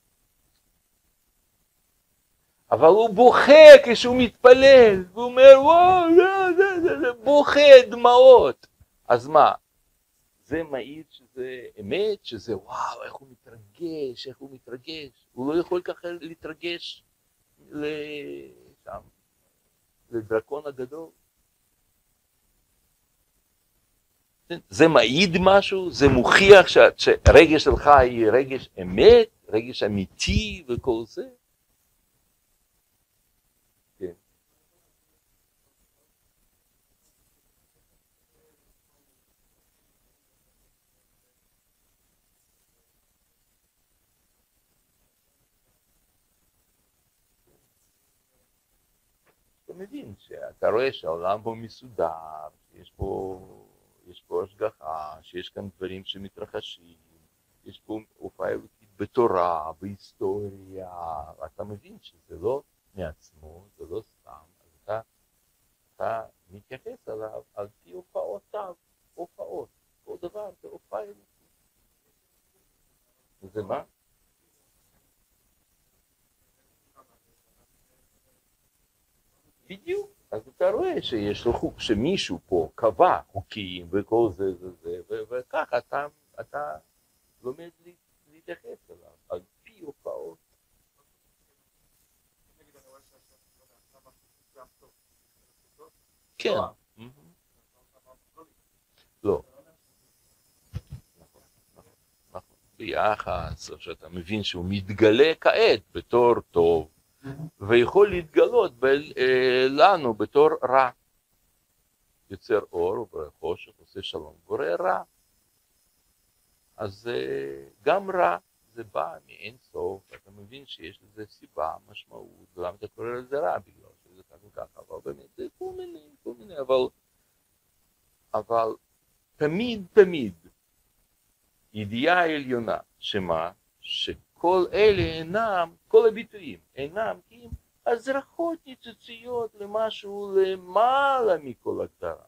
אבל הוא בוכה כשהוא מתפלל, והוא אומר, וואו, זה, זה, זה, זה, בוכה דמעות. אז מה? זה מעיד שזה אמת, שזה וואו, איך הוא מתרגש, איך הוא מתרגש. הוא לא יכול ככה להתרגש לשם. לדרקון הגדול. זה מעיד משהו, זה מוכיח שהרגש שלך היא רגש אמת, רגש אמיתי וכל זה. כן. מבין שאתה רואה שהעולם פה מסודר, שיש פה, יש פה השגחה, שיש כאן דברים שמתרחשים, יש פה הופעה אלוקית בתורה, בהיסטוריה, ואתה מבין שזה לא מעצמו, זה לא סתם, אז אתה, אתה מתייחס עליו על פי הופעותיו, הופעות, כל דבר זה הופעה אלוקית. וזה מה? בדיוק. אז אתה רואה שיש לו חוק, שמישהו פה קבע חוקים וכל זה זה זה, וככה אתה, אתה לומד להתייחס אליו, על פי הופעות. כן. לא. ביחס, שאתה מבין שהוא מתגלה כעת בתור טוב, ויכול להתגלות ב- לנו בתור רע. יוצר אור וברא חושך, עושה שלום ובורא רע. אז גם רע זה בא מאין סוף, אתה מבין שיש לזה סיבה, משמעות, ולמה אתה קורא לזה רע? בגלל שזה ככה וככה, אבל באמת זה כל מיני, כל מיני, אבל, אבל תמיד תמיד ידיעה עליונה, שמה? שכל אלה אינם, כל הביטויים אינם, כי הם הזרחות ניצוציות למשהו למעלה מכל הגדרה.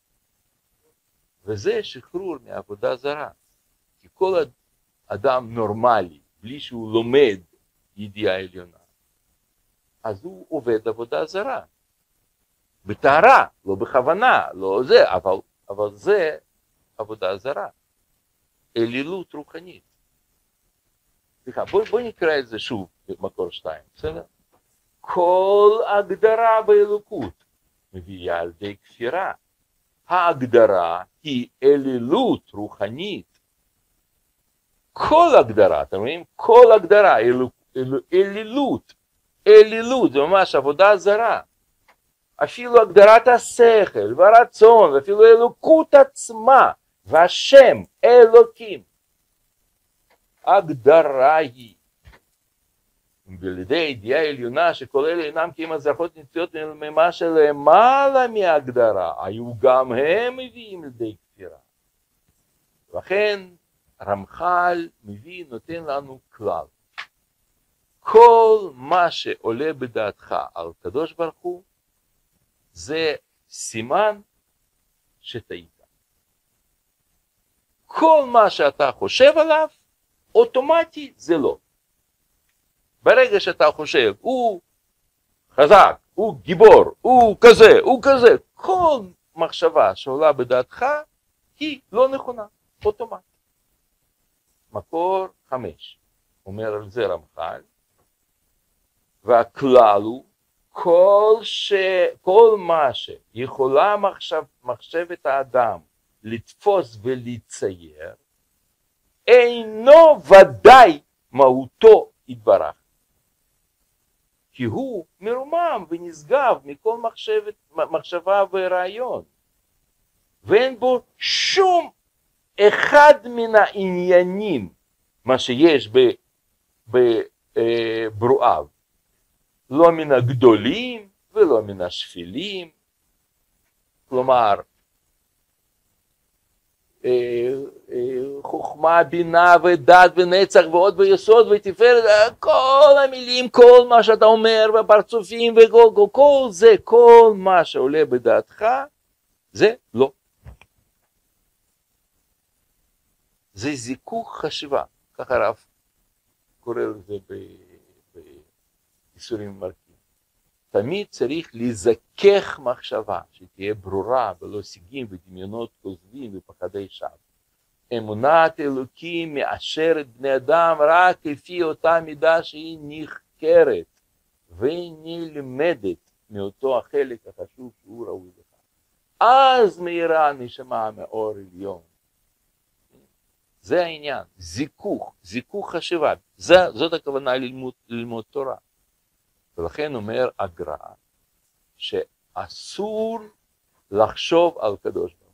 וזה שחרור מעבודה זרה. כי כל אדם נורמלי, בלי שהוא לומד ידיעה עליונה, אז הוא עובד עבודה זרה. בטהרה, לא בכוונה, לא זה, אבל, אבל זה עבודה זרה. אלילות רוחנית. סליחה, בוא, בוא נקרא את זה שוב במקור שתיים, בסדר? כל הגדרה באלוקות מביאה על ידי כפירה. ההגדרה היא אלילות רוחנית. כל הגדרה, אתם רואים? כל הגדרה, אל, אל, אלילות, אלילות, זה ממש עבודה זרה. אפילו הגדרת השכל והרצון, ואפילו אלוקות עצמה, והשם אלוקים. הגדרה היא, בלידי ידיעה עליונה שכל אלה אינם כי אם הזרחות נמצאות ממה שלמעלה מהגדרה, היו גם הם מביאים לידי כפירה. לכן רמח"ל מביא, נותן לנו כלל. כל מה שעולה בדעתך על קדוש ברוך הוא, זה סימן שטעית. כל מה שאתה חושב עליו, אוטומטי זה לא. ברגע שאתה חושב, הוא חזק, הוא גיבור, הוא כזה, הוא כזה, כל מחשבה שעולה בדעתך היא לא נכונה, אוטומטית. מקור חמש, אומר על זה רמח"ל, והכלל הוא, כל, ש... כל מה שיכולה מחשב... מחשבת האדם לתפוס ולצייר, אינו ודאי מהותו יתברך. כי הוא מרומם ונשגב מכל מחשבת, מחשבה ורעיון. ואין בו שום אחד מן העניינים, מה שיש בברואיו. לא מן הגדולים ולא מן השפלים. כלומר, חוכמה, בינה ודעת ונצח ועוד ויסוד ותפארת, כל המילים, כל מה שאתה אומר בפרצופים וכל כל זה, כל מה שעולה בדעתך, זה לא. זה זיכוך חשיבה, ככה הרב קורא לזה באיסורים מרקים. תמיד צריך לזכך מחשבה, שתהיה ברורה ולא סיגים ודמיונות כוזבים ופחדי שווא. אמונת אלוקים מאשרת בני אדם רק לפי אותה מידה שהיא נחקרת ונלמדת מאותו החלק החשוב שהוא ראוי לך. אז מאירה הנשמה מאור עליון. זה העניין, זיכוך, זיכוך חשיבה. זאת הכוונה ללמוד, ללמוד תורה. ולכן אומר הגר"א שאסור לחשוב על קדוש ברוך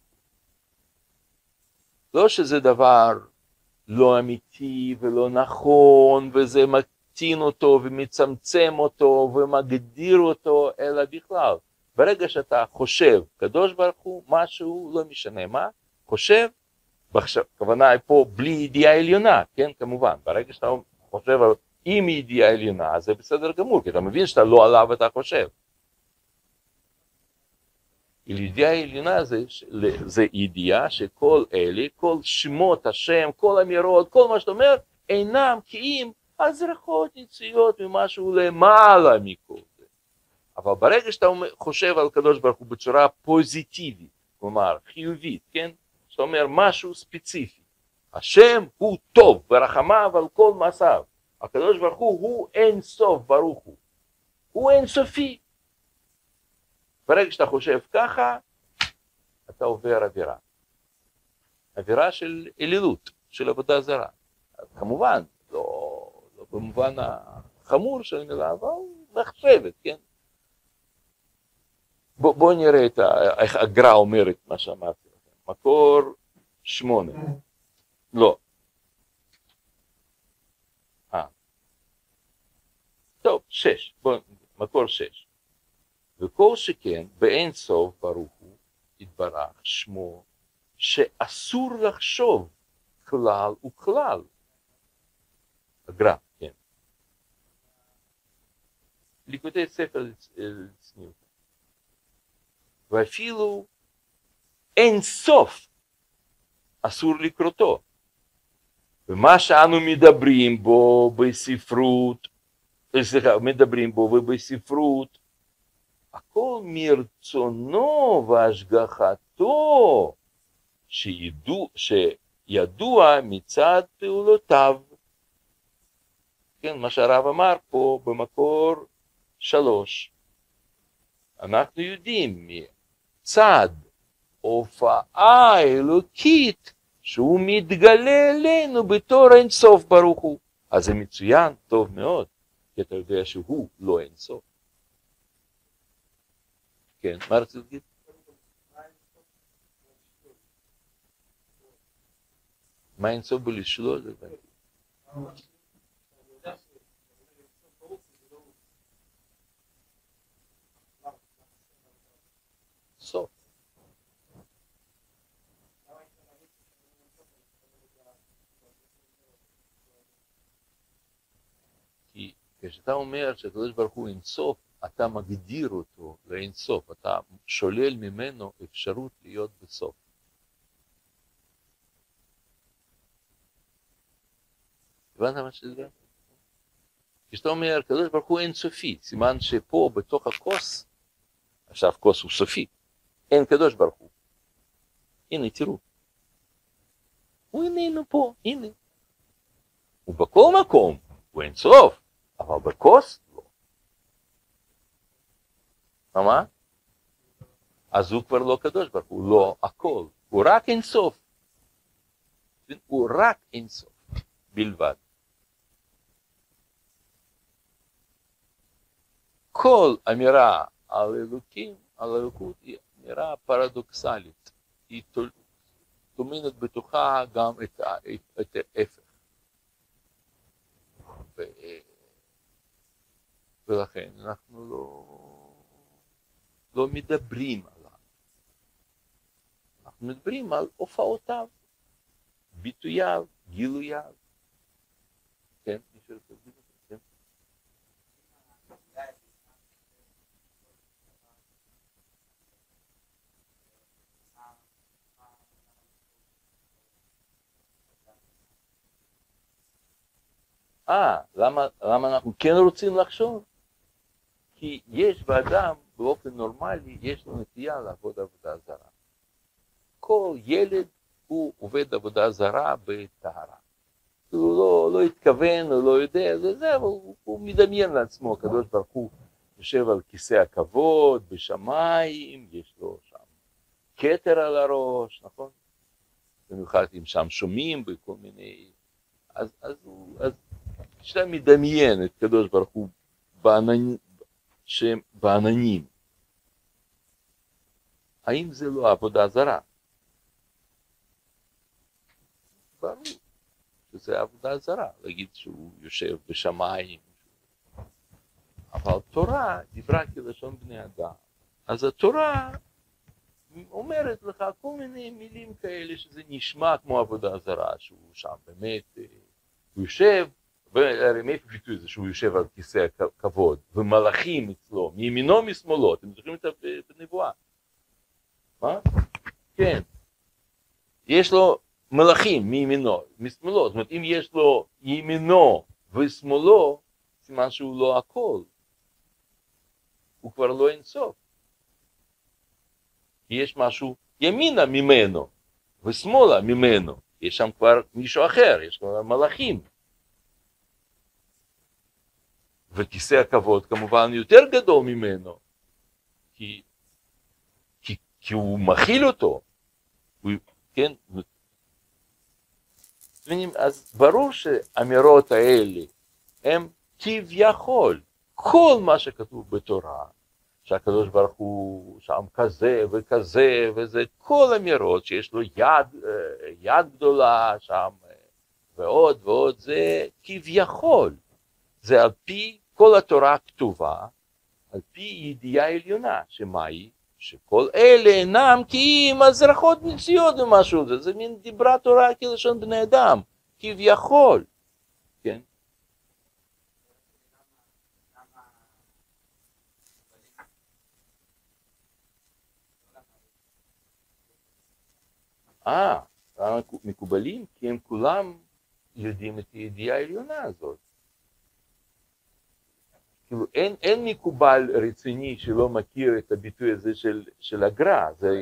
הוא. לא שזה דבר לא אמיתי ולא נכון וזה מקטין אותו ומצמצם אותו ומגדיר אותו, אלא בכלל. ברגע שאתה חושב, קדוש ברוך הוא, משהו, לא משנה מה, חושב, הכוונה היא פה בלי ידיעה עליונה, כן, כמובן, ברגע שאתה חושב עם ידיעה עליונה, זה בסדר גמור, כי אתה מבין שאתה לא עליו אתה חושב. ידיעה עליונה זה, זה ידיעה שכל אלה, כל שמות השם, כל אמירות, כל מה שאתה אומר, אינם כי אם הזרחות יציאות ממשהו למעלה מכל זה. אבל ברגע שאתה חושב על קדוש ברוך הוא בצורה פוזיטיבית, כלומר חיובית, כן? זאת אומרת משהו ספציפי. השם הוא טוב ורחמיו על כל מעשיו. הקדוש ברוך הוא הוא אין סוף ברוך הוא. הוא אין סופי. ברגע שאתה חושב ככה, אתה עובר עבירה. עבירה של אלילות, של עבודה זרה. כמובן, לא, לא במובן החמור של המילה, אבל מחשבת, כן? בוא, בוא נראה את ה, איך הגר"א אומרת מה שאמרתי לכם. מקור שמונה. לא. אה. טוב, שש. בוא, מקור שש. וכל שכן באין סוף ברוך הוא יתברך שמו שאסור לחשוב כלל וכלל. הגר"א, כן. ליקוטי ספר לצניעות. ואפילו אין סוף אסור לקרותו. ומה שאנו מדברים בו בספרות, סליחה, מדברים בו ובספרות, הכל מרצונו והשגחתו שידוע, שידוע מצד פעולותיו. כן, מה שהרב אמר פה במקור שלוש. אנחנו יודעים מצד הופעה אלוקית שהוא מתגלה אלינו בתור אין סוף ברוך הוא. אז זה מצוין, טוב מאוד, כי אתה יודע שהוא לא אין סוף. כן, מה רציתי להגיד? מה אין סוף בלשלול? סוף. כי כשאתה אומר שהקדוש ברוך הוא אין סוף, אתה מגדיר אותו לאין סוף, אתה שולל ממנו אפשרות להיות בסוף. הבנת מה שזה? כשאתה אומר, הקדוש ברוך הוא אין סופי, סימן שפה בתוך הכוס, עכשיו כוס הוא סופי, אין קדוש ברוך הוא. הנה, תראו. הוא איננו פה, הנה. הוא בכל מקום, הוא אין סוף, אבל בכוס לא. מה? אז הוא כבר לא קדוש ברוך הוא, לא הכל, הוא רק אין סוף. הוא רק אין סוף, בלבד. כל אמירה על אלוקים, על אלוקות, היא אמירה פרדוקסלית. היא טומנת בתוכה גם את, את, את ההפך. ו, ולכן אנחנו לא, לא מדברים עליו. אנחנו מדברים על הופעותיו, ביטוייו, גילוייו. כן, מישהו רוצה להגיד את זה? כן. אה, למה, למה אנחנו כן רוצים לחשוב? כי יש באדם, באופן נורמלי, יש לו נטייה לעבוד עבודה זרה. כל ילד הוא עובד עבודה זרה בטהרה. הוא לא, לא התכוון, הוא לא יודע, זה זה, הוא, הוא מדמיין לעצמו, הקדוש ברוך הוא יושב על כיסא הכבוד, בשמיים, יש לו שם כתר על הראש, נכון? במיוחד אם שם שומעים בכל מיני, אז, אז הוא, אז כשאתה מדמיין את קדוש ברוך הוא בעננים, שהם בעננים, האם זה לא עבודה זרה? ברור שזה עבודה זרה, להגיד שהוא יושב בשמיים, אבל תורה דיברה כלשון בני אדם. אז התורה אומרת לך כל מיני מילים כאלה שזה נשמע כמו עבודה זרה, שהוא שם באמת, הוא יושב, הרי מאיפה ביטוי את זה שהוא יושב על כיסא הכבוד, ומלאכים אצלו, מימינו משמאלו, אתם זוכרים את הנבואה? מה? כן. יש לו מלאכים מימינו, משמאלו, זאת אומרת אם יש לו ימינו ושמאלו, סימן שהוא לא הכל. הוא כבר לא אינסוף. יש משהו ימינה ממנו ושמאלה ממנו. יש שם כבר מישהו אחר, יש כבר מלאכים. וכיסא הכבוד כמובן יותר גדול ממנו, כי, כי, כי הוא מכיל אותו. הוא, כן? אז ברור שהאמירות האלה הם כביכול, כל מה שכתוב בתורה, שהקדוש ברוך הוא שם כזה וכזה וזה, כל אמירות שיש לו יד, יד גדולה שם ועוד ועוד, זה כביכול, זה על פי כל התורה הכתובה, על פי ידיעה עליונה, שמה היא? שכל אלה אינם כי אם הזרחות מציאות ומשהו, זה, זה מין דיברה תורה כלשון בני אדם, כביכול, כן? אה, מקובלים? כי הם כולם יודעים את הידיעה העליונה הזאת. כאילו אין, אין מקובל רציני שלא מכיר את הביטוי הזה של, של הגר"א. זה...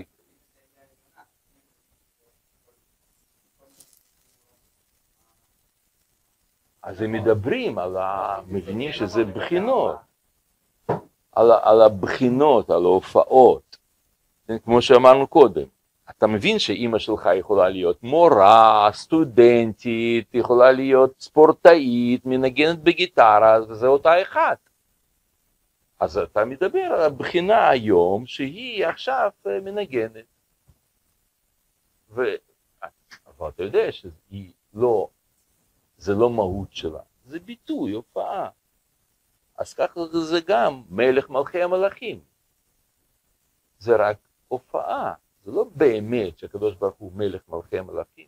אז הם מדברים על ה... מבינים שזה בחינות. על, על הבחינות, על ההופעות. כמו שאמרנו קודם. אתה מבין שאימא שלך יכולה להיות מורה, סטודנטית, יכולה להיות ספורטאית, מנגנת בגיטרה, וזה אותה אחת. אז אתה מדבר על הבחינה היום שהיא עכשיו מנגנת. ו... אבל אתה יודע שהיא לא, זה לא מהות שלה, זה ביטוי, הופעה. אז ככה זה גם מלך מלכי המלכים. זה רק הופעה. זה לא באמת שהקדוש ברוך הוא מלך מלכי המלכים.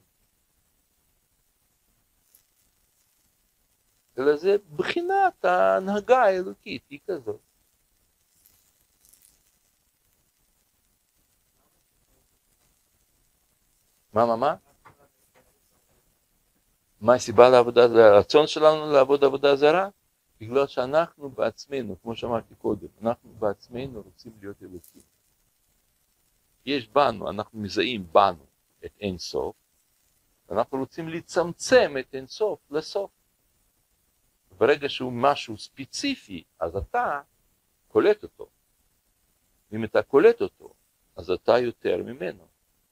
אלא זה בחינת ההנהגה האלוקית, היא כזאת. מה, מה, מה? מה הסיבה לעבודה, הרצון שלנו לעבוד עבודה זרה? בגלל שאנחנו בעצמנו, כמו שאמרתי קודם, אנחנו בעצמנו רוצים להיות אלוקים. יש בנו, אנחנו מזהים בנו את אין סוף, ואנחנו רוצים לצמצם את אין סוף לסוף. ברגע שהוא משהו ספציפי, אז אתה קולט אותו. אם אתה קולט אותו, אז אתה יותר ממנו.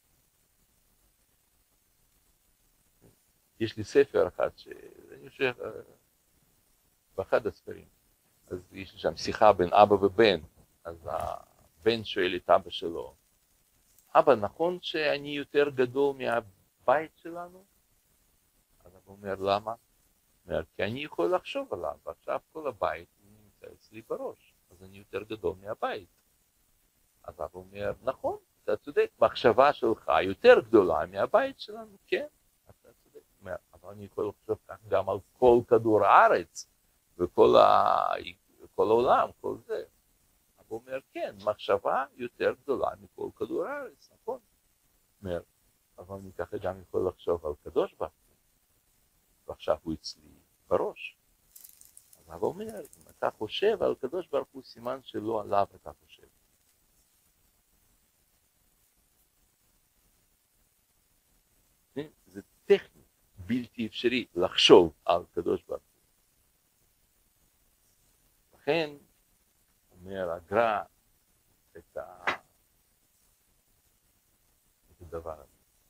יש לי ספר אחד, שאני חושב, באחד הספרים, אז יש לי שם שיחה בין אבא ובן, אז הבן שואל את אבא שלו, אבא, נכון שאני יותר גדול מהבית שלנו? אז אבא אומר, למה? אומר, כי אני יכול לחשוב עליו, ועכשיו כל הבית נמצא אצלי בראש, אז אני יותר גדול מהבית. אז אבא אומר, נכון, אתה צודק, מחשבה שלך יותר גדולה מהבית שלנו, כן, אתה צודק. אומר, אבל אני יכול לחשוב כך גם על כל כדור הארץ, וכל ה... כל העולם, כל זה. הוא אומר, כן, מחשבה יותר גדולה מכל כדור הארץ, נכון? אומר, אבל אני ככה גם יכול לחשוב על קדוש ברוך הוא, ועכשיו הוא אצלי בראש. אז הוא אומר, אם אתה חושב על קדוש ברוך הוא, סימן שלא עליו אתה חושב. זה טכני, בלתי אפשרי לחשוב על קדוש ברוך הוא. לכן, אומר הגר"א את, ה... את הדבר הזה.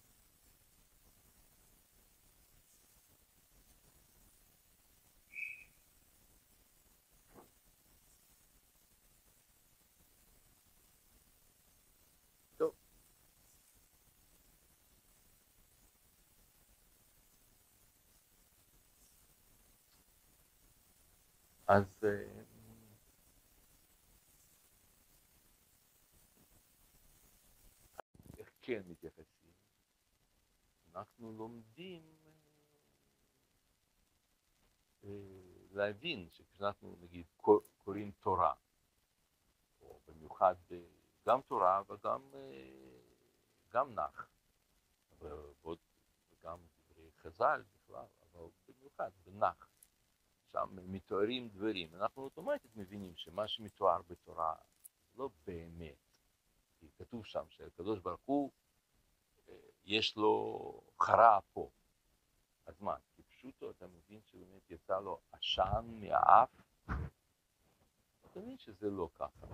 טוב. אז כן מתייחסים. אנחנו לומדים להבין שכשאנחנו נגיד קוראים תורה, או במיוחד גם תורה וגם גם נח, וגם דברי חז"ל בכלל, אבל במיוחד בנח, שם מתוארים דברים. אנחנו אוטומטית מבינים שמה שמתואר בתורה זה לא באמת. כי כתוב שם שהקדוש ברוך הוא יש לו חרה פה. אז מה? כפשוטו אתה מבין שבאמת יצא לו עשן מהאף? אתה מבין שזה לא ככה.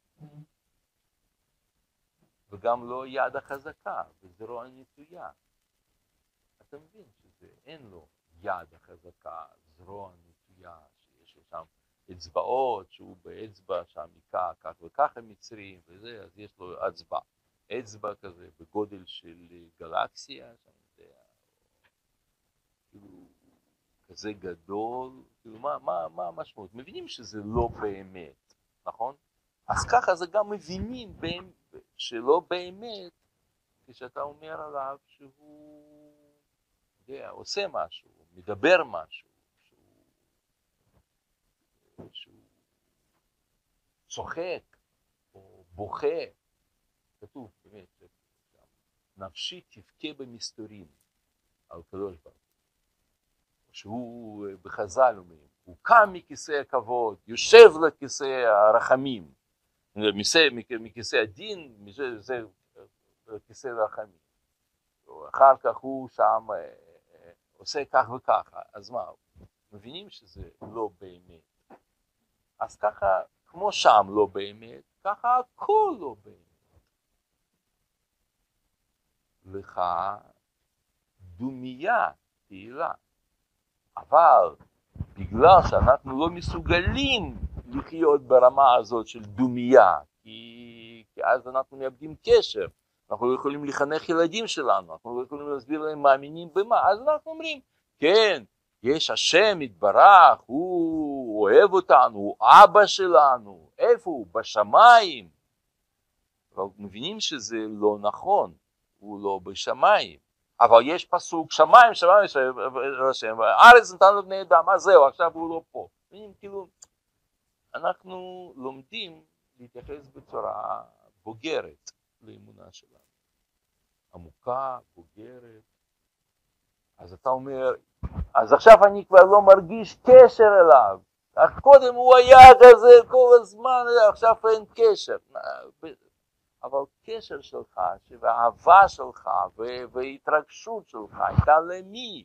וגם לא יד החזקה, וזרוע נטויה. אתה מבין שזה אין לו יד החזקה, זרוע נטויה, שיש לו שם אצבעות, שהוא באצבע שם יקע כך וכך המצרים, וזה, אז יש לו אצבע. אצבע כזה בגודל של גלקסיה, שאני יודע, כאילו כזה גדול, כאילו מה, מה, מה המשמעות? מבינים שזה לא באמת, נכון? אז ככה זה גם מבינים שלא באמת, כשאתה אומר עליו שהוא יודע, עושה משהו, מדבר משהו, שהוא, שהוא צוחק או בוכה. כתוב באמת, נפשי תבכה במסתורים על קדוש ברוך הוא. שהוא בחז"ל אומרים, הוא קם מכיסא הכבוד, יושב לכיסא הרחמים, מכיסא הדין, זה כיסא הרחמים. אחר כך הוא שם עושה כך וככה, אז מה, מבינים שזה לא באמת. אז ככה, כמו שם לא באמת, ככה הכל לא באמת. לך דומיה תהילה. אבל בגלל שאנחנו לא מסוגלים לחיות ברמה הזאת של דומיה, כי, כי אז אנחנו מאבדים קשר, אנחנו לא יכולים לחנך ילדים שלנו, אנחנו לא יכולים להסביר להם מאמינים במה, אז אנחנו אומרים, כן, יש השם יתברך, הוא אוהב אותנו, הוא אבא שלנו, איפה הוא? בשמיים. אבל מבינים שזה לא נכון, הוא לא בשמיים. אבל יש פסוק, שמיים, שמיים, שמיים, הארץ נתן לבני אדם, אז זהו, עכשיו הוא לא פה. כאילו, אנחנו לומדים להתייחס בצורה בוגרת לאמונה שלנו. עמוקה, בוגרת. אז אתה אומר, אז עכשיו אני כבר לא מרגיש קשר אליו. קודם הוא היה כזה כל הזמן, עכשיו אין קשר. אבל קשר שלך, והאהבה שלך, וההתרגשות שלך, הייתה למי?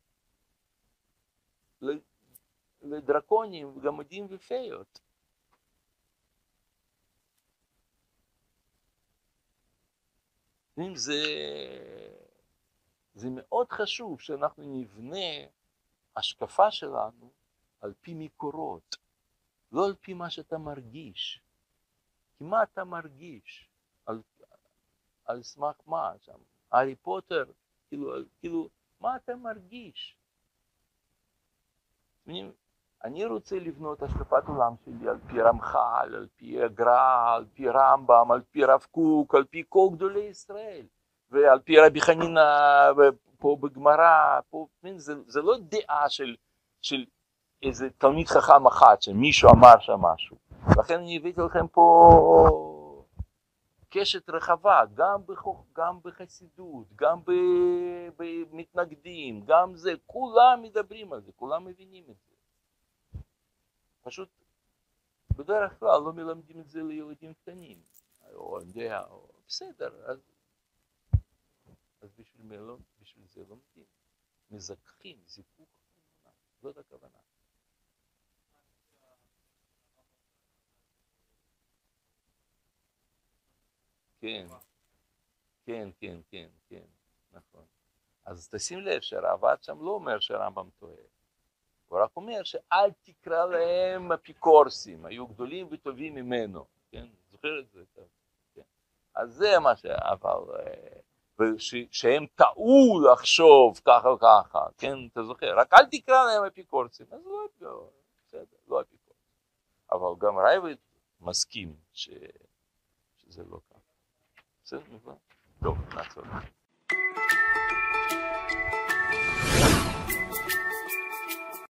לדרקונים, גמדים ופיות. זה, זה מאוד חשוב שאנחנו נבנה השקפה שלנו על פי מקורות, לא על פי מה שאתה מרגיש. כי מה אתה מרגיש? על, על סמך מה? שם, הארי פוטר, כאילו, כאילו, מה אתה מרגיש? אני, אני רוצה לבנות השקפת עולם שלי על פי רמח"ל, על פי הגר"א, על פי רמב"ם, על פי רב קוק, על פי כל גדולי ישראל, ועל פי רבי חנינא, פה בגמרא, פה, זה, זה לא דעה של, של איזה תלמיד חכם אחד, שמישהו אמר שם משהו. לכן אני הבאתי לכם פה קשת רחבה, גם, בחוך, גם בחסידות, גם במתנגדים, גם זה, כולם מדברים על זה, כולם מבינים את זה. פשוט בדרך כלל לא מלמדים את זה לילדים קטנים, או אני יודע, או, בסדר, אז, אז בשביל, לא, בשביל זה לומדים, מזכחים, זיכוך, זאת הכוונה. כן, כן, כן, כן, כן, נכון. אז תשים לב שהרעב"ד שם לא אומר שהרמב"ם טועה. הוא רק אומר שאל תקרא להם אפיקורסים, היו גדולים וטובים ממנו. כן, זוכר את זה? כן. אז זה מה ש... אבל... שהם טעו לחשוב ככה וככה, כן, אתה זוכר? רק אל תקרא להם אפיקורסים. אז לא, בסדר, לא אפיקורסים. אבל גם רייבד מסכים ש... שזה לא ככה. בסדר, נכון? טוב, נעצור.